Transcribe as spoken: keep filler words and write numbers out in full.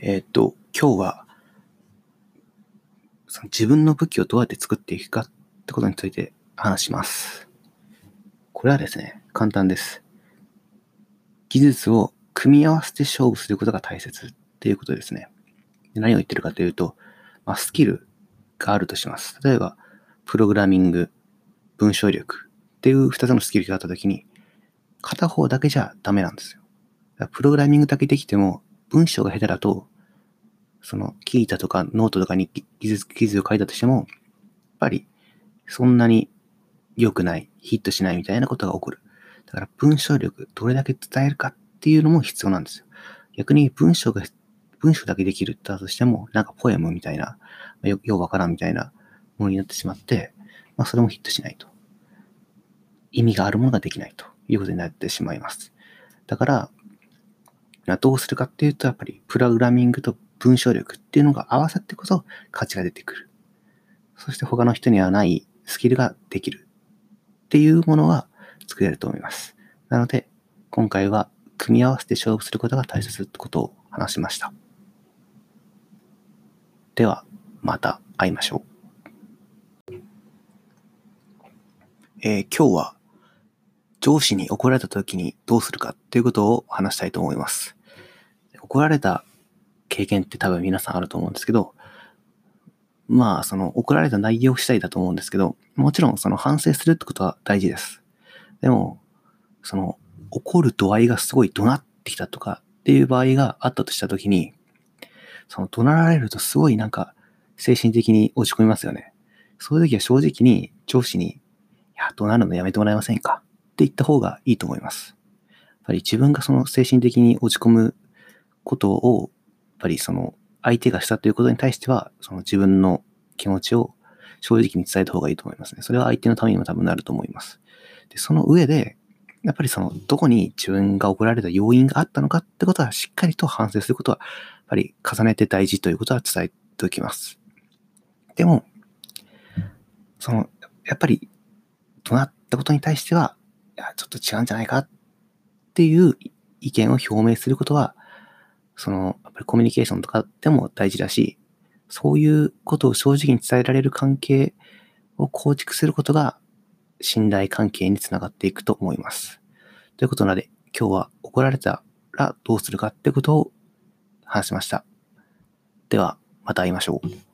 えっと、今日はその自分の武器をどうやって作っていくかってことについて話します。これはですね、簡単です。技術を組み合わせて勝負することが大切っていうことですね。で何を言ってるかというと、まあ、スキルがあるとします。例えば、プログラミング、文章力っていうふたつのスキルがあったときに、片方だけじゃダメなんですよ。プログラミングだけできても、文章が下手だと、その聞いたとかノートとかに技術、技術を書いたとしても、やっぱりそんなに良くない、ヒットしないみたいなことが起こる。だから文章力、どれだけ伝えるかっていうのも必要なんですよ。逆に文章が、文章だけできるってだとしても、なんかポエムみたいな、よようわからんみたいなものになってしまって、まあそれもヒットしないと。意味があるものができないということになってしまいます。だから、どうするかっていうと、やっぱりプログラミングと文章力っていうのが合わさってこそ価値が出てくる。そして他の人にはないスキルができるっていうものが作れると思います。なので、今回は組み合わせて勝負することが大切ってことを話しました。では、また会いましょう。えー、今日は上司に怒られた時にどうするかっていうことを話したいと思います。怒られた経験って多分皆さんあると思うんですけど、まあ、その怒られた内容次第だと思うんですけど、もちろんその反省するってことは大事です。でも、その怒る度合いがすごい怒鳴ってきたとかっていう場合があったとしたときに、その怒鳴られるとすごいなんか精神的に落ち込みますよね。そういう時は正直に上司に、いや、怒鳴るのやめてもらえませんかって言った方がいいと思います。やっぱり自分がその精神的に落ち込むことを、やっぱりその相手がしたということに対しては、その自分の気持ちを正直に伝えた方がいいと思いますね。それは相手のためにも多分なると思います。で、その上で、やっぱりそのどこに自分が怒られた要因があったのかってことはしっかりと反省することは、やっぱり重ねて大事ということは伝えておきます。でも、その、やっぱり怒鳴ったことに対しては、いや、ちょっと違うんじゃないかっていう意見を表明することは、その、やっぱりコミュニケーションとかでも大事だし、そういうことを正直に伝えられる関係を構築することが信頼関係につながっていくと思います。ということなので、今日は怒られたらどうするかってことを話しました。では、また会いましょう。